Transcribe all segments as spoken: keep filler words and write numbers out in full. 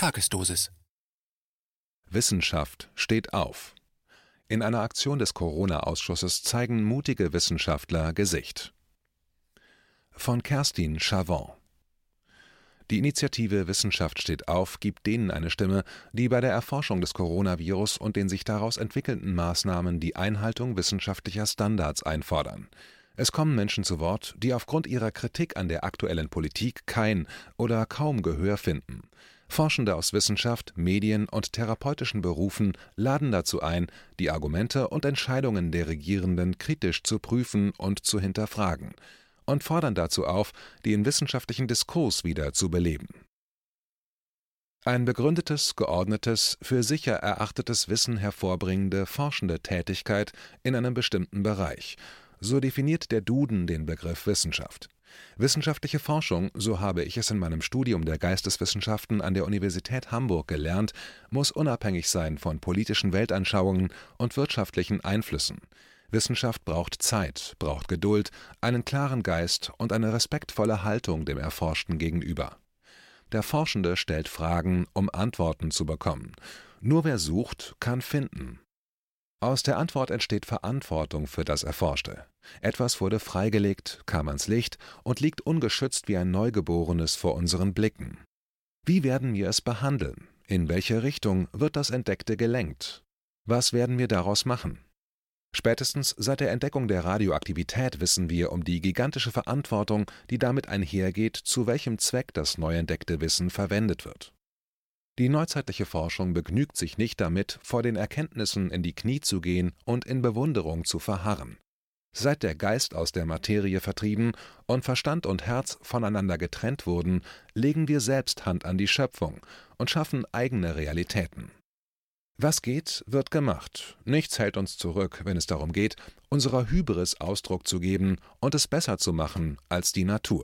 Tagesdosis. Wissenschaft steht auf. In einer Aktion des Corona-Ausschusses zeigen mutige Wissenschaftler Gesicht. Von Kerstin Chavon. Die Initiative Wissenschaft steht auf gibt denen eine Stimme, die bei der Erforschung des Coronavirus und den sich daraus entwickelnden Maßnahmen die Einhaltung wissenschaftlicher Standards einfordern. Es kommen Menschen zu Wort, die aufgrund ihrer Kritik an der aktuellen Politik kein oder kaum Gehör finden. Forschende aus Wissenschaft, Medien und therapeutischen Berufen laden dazu ein, die Argumente und Entscheidungen der Regierenden kritisch zu prüfen und zu hinterfragen, und fordern dazu auf, den wissenschaftlichen Diskurs wieder zu beleben. Ein begründetes, geordnetes, für sicher erachtetes Wissen hervorbringende forschende Tätigkeit in einem bestimmten Bereich. So definiert der Duden den Begriff Wissenschaft. Wissenschaftliche Forschung, so habe ich es in meinem Studium der Geisteswissenschaften an der Universität Hamburg gelernt, muss unabhängig sein von politischen Weltanschauungen und wirtschaftlichen Einflüssen. Wissenschaft braucht Zeit, braucht Geduld, einen klaren Geist und eine respektvolle Haltung dem Erforschten gegenüber. Der Forschende stellt Fragen, um Antworten zu bekommen. Nur wer sucht, kann finden. Aus der Antwort entsteht Verantwortung für das Erforschte. Etwas wurde freigelegt, kam ans Licht und liegt ungeschützt wie ein Neugeborenes vor unseren Blicken. Wie werden wir es behandeln? In welche Richtung wird das Entdeckte gelenkt? Was werden wir daraus machen? Spätestens seit der Entdeckung der Radioaktivität wissen wir um die gigantische Verantwortung, die damit einhergeht, zu welchem Zweck das neu entdeckte Wissen verwendet wird. Die neuzeitliche Forschung begnügt sich nicht damit, vor den Erkenntnissen in die Knie zu gehen und in Bewunderung zu verharren. Seit der Geist aus der Materie vertrieben und Verstand und Herz voneinander getrennt wurden, legen wir selbst Hand an die Schöpfung und schaffen eigene Realitäten. Was geht, wird gemacht. Nichts hält uns zurück, wenn es darum geht, unserer Hybris Ausdruck zu geben und es besser zu machen als die Natur.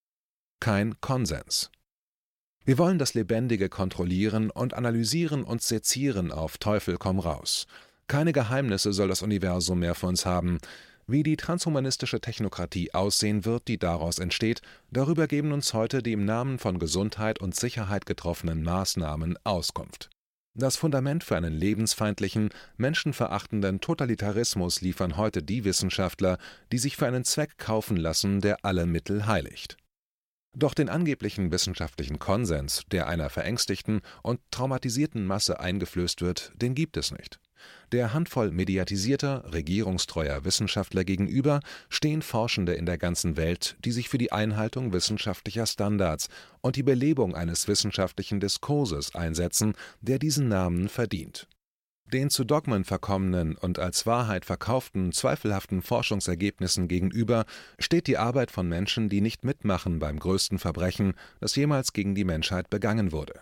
Kein Konsens. Wir wollen das Lebendige kontrollieren und analysieren und sezieren auf Teufel komm raus. Keine Geheimnisse soll das Universum mehr für uns haben. Wie die transhumanistische Technokratie aussehen wird, die daraus entsteht, darüber geben uns heute die im Namen von Gesundheit und Sicherheit getroffenen Maßnahmen Auskunft. Das Fundament für einen lebensfeindlichen, menschenverachtenden Totalitarismus liefern heute die Wissenschaftler, die sich für einen Zweck kaufen lassen, der alle Mittel heiligt. Doch den angeblichen wissenschaftlichen Konsens, der einer verängstigten und traumatisierten Masse eingeflößt wird, den gibt es nicht. Der Handvoll mediatisierter, regierungstreuer Wissenschaftler gegenüber stehen Forschende in der ganzen Welt, die sich für die Einhaltung wissenschaftlicher Standards und die Belebung eines wissenschaftlichen Diskurses einsetzen, der diesen Namen verdient. Den zu Dogmen verkommenen und als Wahrheit verkauften, zweifelhaften Forschungsergebnissen gegenüber steht die Arbeit von Menschen, die nicht mitmachen beim größten Verbrechen, das jemals gegen die Menschheit begangen wurde.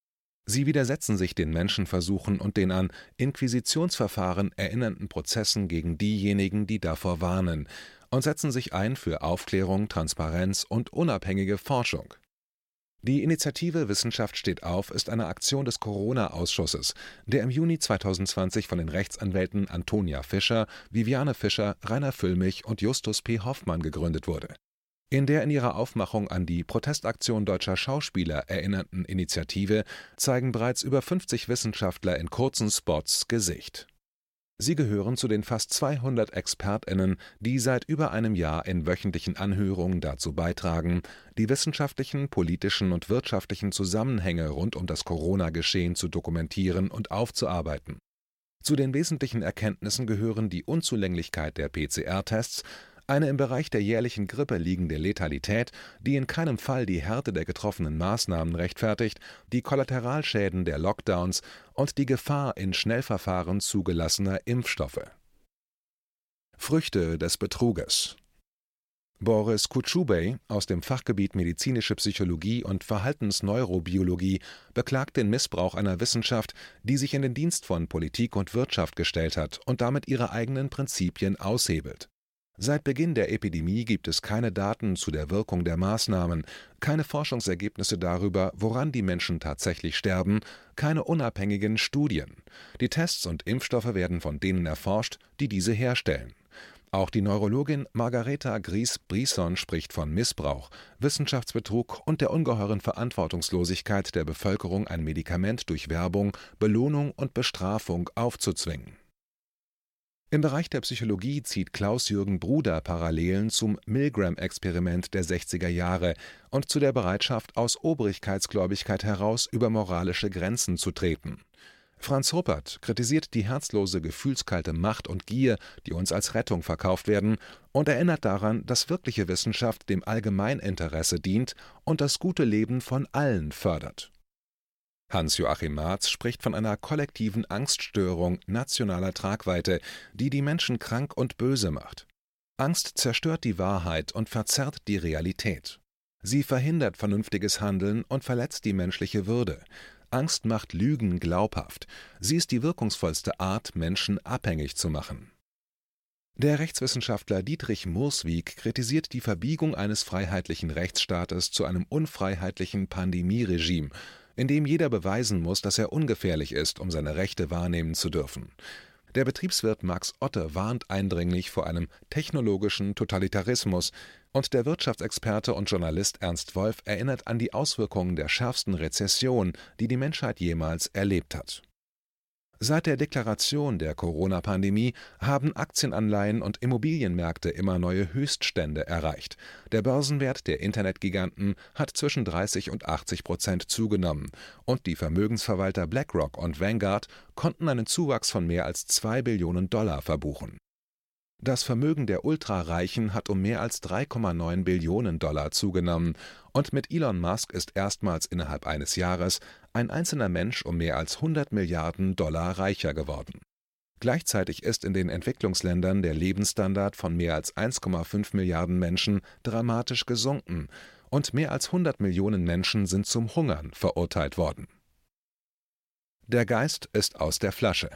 Sie widersetzen sich den Menschenversuchen und den an Inquisitionsverfahren erinnernden Prozessen gegen diejenigen, die davor warnen, und setzen sich ein für Aufklärung, Transparenz und unabhängige Forschung. Die Initiative Wissenschaft steht auf ist eine Aktion des Corona-Ausschusses, der im Juni zweitausendzwanzig von den Rechtsanwälten Antonia Fischer, Viviane Fischer, Rainer Füllmich und Justus P. Hoffmann gegründet wurde. In der in ihrer Aufmachung an die Protestaktion deutscher Schauspieler erinnernden Initiative zeigen bereits über fünfzig Wissenschaftler in kurzen Spots Gesicht. Sie gehören zu den fast zweihundert ExpertInnen, die seit über einem Jahr in wöchentlichen Anhörungen dazu beitragen, die wissenschaftlichen, politischen und wirtschaftlichen Zusammenhänge rund um das Corona-Geschehen zu dokumentieren und aufzuarbeiten. Zu den wesentlichen Erkenntnissen gehören die Unzulänglichkeit der P C R-Tests, eine im Bereich der jährlichen Grippe liegende Letalität, die in keinem Fall die Härte der getroffenen Maßnahmen rechtfertigt, die Kollateralschäden der Lockdowns und die Gefahr in Schnellverfahren zugelassener Impfstoffe. Früchte des Betruges. Boris Kutschubey aus dem Fachgebiet medizinische Psychologie und Verhaltensneurobiologie beklagt den Missbrauch einer Wissenschaft, die sich in den Dienst von Politik und Wirtschaft gestellt hat und damit ihre eigenen Prinzipien aushebelt. Seit Beginn der Epidemie gibt es keine Daten zu der Wirkung der Maßnahmen, keine Forschungsergebnisse darüber, woran die Menschen tatsächlich sterben, keine unabhängigen Studien. Die Tests und Impfstoffe werden von denen erforscht, die diese herstellen. Auch die Neurologin Margareta Gries-Brisson spricht von Missbrauch, Wissenschaftsbetrug und der ungeheuren Verantwortungslosigkeit der Bevölkerung, ein Medikament durch Werbung, Belohnung und Bestrafung aufzuzwingen. Im Bereich der Psychologie zieht Klaus-Jürgen Bruder Parallelen zum Milgram-Experiment der sechziger Jahre und zu der Bereitschaft, aus Obrigkeitsgläubigkeit heraus über moralische Grenzen zu treten. Franz Ruppert kritisiert die herzlose, gefühlskalte Macht und Gier, die uns als Rettung verkauft werden, und erinnert daran, dass wirkliche Wissenschaft dem Allgemeininteresse dient und das gute Leben von allen fördert. Hans-Joachim Marz spricht von einer kollektiven Angststörung nationaler Tragweite, die die Menschen krank und böse macht. Angst zerstört die Wahrheit und verzerrt die Realität. Sie verhindert vernünftiges Handeln und verletzt die menschliche Würde. Angst macht Lügen glaubhaft. Sie ist die wirkungsvollste Art, Menschen abhängig zu machen. Der Rechtswissenschaftler Dietrich Murswig kritisiert die Verbiegung eines freiheitlichen Rechtsstaates zu einem unfreiheitlichen Pandemieregime, in dem jeder beweisen muss, dass er ungefährlich ist, um seine Rechte wahrnehmen zu dürfen. Der Betriebswirt Max Otte warnt eindringlich vor einem technologischen Totalitarismus, und der Wirtschaftsexperte und Journalist Ernst Wolf erinnert an die Auswirkungen der schärfsten Rezession, die die Menschheit jemals erlebt hat. Seit der Deklaration der Corona-Pandemie haben Aktienanleihen und Immobilienmärkte immer neue Höchststände erreicht. Der Börsenwert der Internetgiganten hat zwischen dreißig und achtzig Prozent zugenommen, und die Vermögensverwalter BlackRock und Vanguard konnten einen Zuwachs von mehr als zwei Billionen Dollar verbuchen. Das Vermögen der Ultrareichen hat um mehr als drei Komma neun Billionen Dollar zugenommen, und mit Elon Musk ist erstmals innerhalb eines Jahres ein einzelner Mensch um mehr als hundert Milliarden Dollar reicher geworden. Gleichzeitig ist in den Entwicklungsländern der Lebensstandard von mehr als eins Komma fünf Milliarden Menschen dramatisch gesunken, und mehr als hundert Millionen Menschen sind zum Hungern verurteilt worden. Der Geist ist aus der Flasche.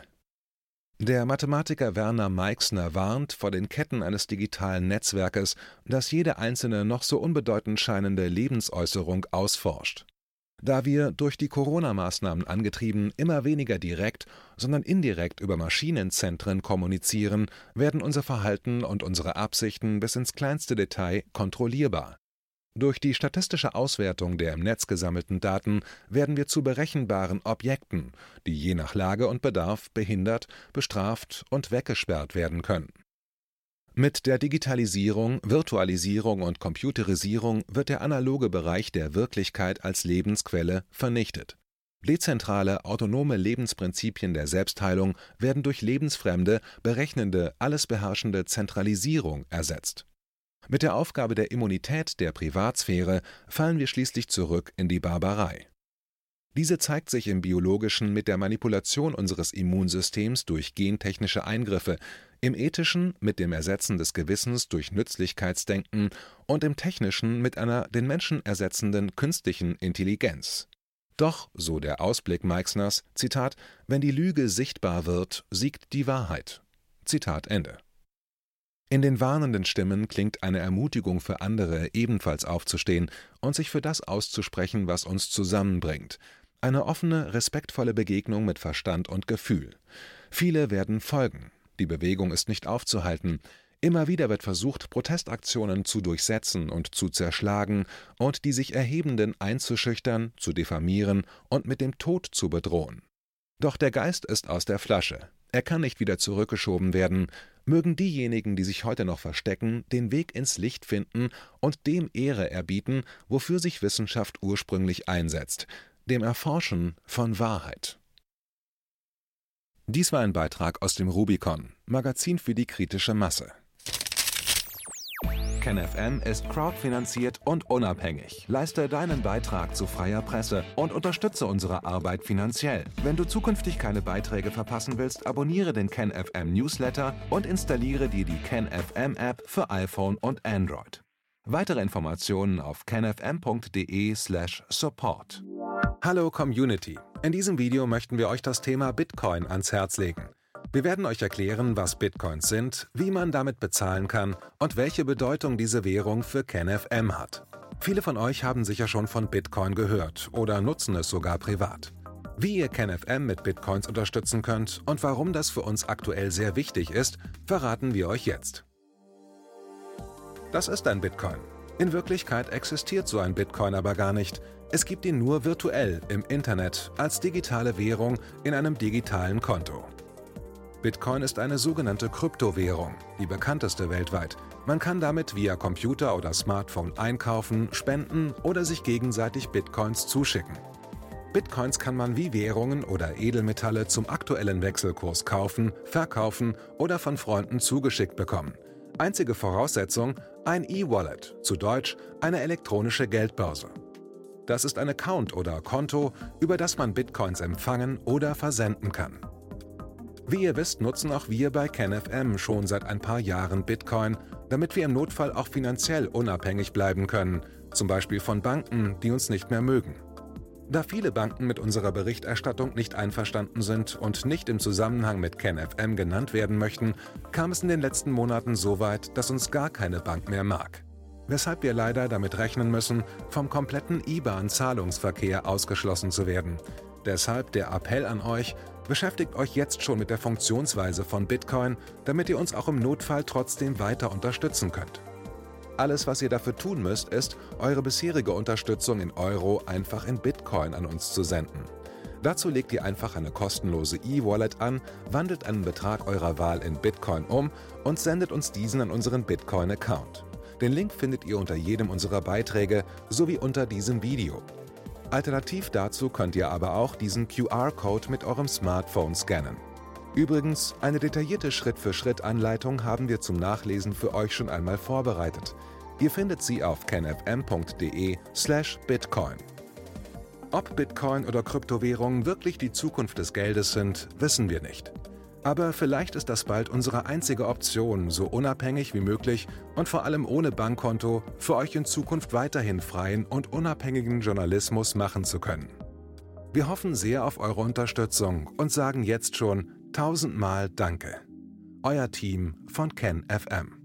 Der Mathematiker Werner Meixner warnt vor den Ketten eines digitalen Netzwerkes, das jede einzelne noch so unbedeutend scheinende Lebensäußerung ausforscht. Da wir, durch die Corona-Maßnahmen angetrieben, immer weniger direkt, sondern indirekt über Maschinenzentren kommunizieren, werden unser Verhalten und unsere Absichten bis ins kleinste Detail kontrollierbar. Durch die statistische Auswertung der im Netz gesammelten Daten werden wir zu berechenbaren Objekten, die je nach Lage und Bedarf behindert, bestraft und weggesperrt werden können. Mit der Digitalisierung, Virtualisierung und Computerisierung wird der analoge Bereich der Wirklichkeit als Lebensquelle vernichtet. Dezentrale, autonome Lebensprinzipien der Selbstheilung werden durch lebensfremde, berechnende, alles beherrschende Zentralisierung ersetzt. Mit der Aufgabe der Immunität der Privatsphäre fallen wir schließlich zurück in die Barbarei. Diese zeigt sich im Biologischen mit der Manipulation unseres Immunsystems durch gentechnische Eingriffe, im Ethischen mit dem Ersetzen des Gewissens durch Nützlichkeitsdenken und im Technischen mit einer den Menschen ersetzenden künstlichen Intelligenz. Doch, so der Ausblick Meixners, Zitat, wenn die Lüge sichtbar wird, siegt die Wahrheit. Zitat Ende. In den warnenden Stimmen klingt eine Ermutigung für andere, ebenfalls aufzustehen und sich für das auszusprechen, was uns zusammenbringt. Eine offene, respektvolle Begegnung mit Verstand und Gefühl. Viele werden folgen. Die Bewegung ist nicht aufzuhalten. Immer wieder wird versucht, Protestaktionen zu durchsetzen und zu zerschlagen und die sich Erhebenden einzuschüchtern, zu diffamieren und mit dem Tod zu bedrohen. Doch der Geist ist aus der Flasche. Er kann nicht wieder zurückgeschoben werden. Mögen diejenigen, die sich heute noch verstecken, den Weg ins Licht finden und dem Ehre erbieten, wofür sich Wissenschaft ursprünglich einsetzt, dem Erforschen von Wahrheit. Dies war ein Beitrag aus dem Rubicon, Magazin für die kritische Masse. KenFM ist crowdfinanziert und unabhängig. Leiste deinen Beitrag zu freier Presse und unterstütze unsere Arbeit finanziell. Wenn du zukünftig keine Beiträge verpassen willst, abonniere den KenFM Newsletter und installiere dir die KenFM App für iPhone und Android. Weitere Informationen auf kenfm.de slash support. Hallo Community! In diesem Video möchten wir euch das Thema Bitcoin ans Herz legen. Wir werden euch erklären, was Bitcoins sind, wie man damit bezahlen kann und welche Bedeutung diese Währung für KenFM hat. Viele von euch haben sicher schon von Bitcoin gehört oder nutzen es sogar privat. Wie ihr KenFM mit Bitcoins unterstützen könnt und warum das für uns aktuell sehr wichtig ist, verraten wir euch jetzt. Das ist ein Bitcoin. In Wirklichkeit existiert so ein Bitcoin aber gar nicht. Es gibt ihn nur virtuell im Internet als digitale Währung in einem digitalen Konto. Bitcoin ist eine sogenannte Kryptowährung, die bekannteste weltweit. Man kann damit via Computer oder Smartphone einkaufen, spenden oder sich gegenseitig Bitcoins zuschicken. Bitcoins kann man wie Währungen oder Edelmetalle zum aktuellen Wechselkurs kaufen, verkaufen oder von Freunden zugeschickt bekommen. Einzige Voraussetzung: ein E-Wallet, zu Deutsch eine elektronische Geldbörse. Das ist ein Account oder Konto, über das man Bitcoins empfangen oder versenden kann. Wie ihr wisst, nutzen auch wir bei KenFM schon seit ein paar Jahren Bitcoin, damit wir im Notfall auch finanziell unabhängig bleiben können, zum Beispiel von Banken, die uns nicht mehr mögen. Da viele Banken mit unserer Berichterstattung nicht einverstanden sind und nicht im Zusammenhang mit KenFM genannt werden möchten, kam es in den letzten Monaten so weit, dass uns gar keine Bank mehr mag. Weshalb wir leider damit rechnen müssen, vom kompletten I B A N-Zahlungsverkehr ausgeschlossen zu werden. Deshalb der Appell an euch: Beschäftigt euch jetzt schon mit der Funktionsweise von Bitcoin, damit ihr uns auch im Notfall trotzdem weiter unterstützen könnt. Alles, was ihr dafür tun müsst, ist, eure bisherige Unterstützung in Euro einfach in Bitcoin an uns zu senden. Dazu legt ihr einfach eine kostenlose E-Wallet an, wandelt einen Betrag eurer Wahl in Bitcoin um und sendet uns diesen an unseren Bitcoin-Account. Den Link findet ihr unter jedem unserer Beiträge sowie unter diesem Video. Alternativ dazu könnt ihr aber auch diesen Q R-Code mit eurem Smartphone scannen. Übrigens, eine detaillierte Schritt-für-Schritt-Anleitung haben wir zum Nachlesen für euch schon einmal vorbereitet. Ihr findet sie auf kenfm punkt de slash bitcoin. Ob Bitcoin oder Kryptowährungen wirklich die Zukunft des Geldes sind, wissen wir nicht. Aber vielleicht ist das bald unsere einzige Option, so unabhängig wie möglich und vor allem ohne Bankkonto für euch in Zukunft weiterhin freien und unabhängigen Journalismus machen zu können. Wir hoffen sehr auf eure Unterstützung und sagen jetzt schon tausendmal Danke. Euer Team von KenFM.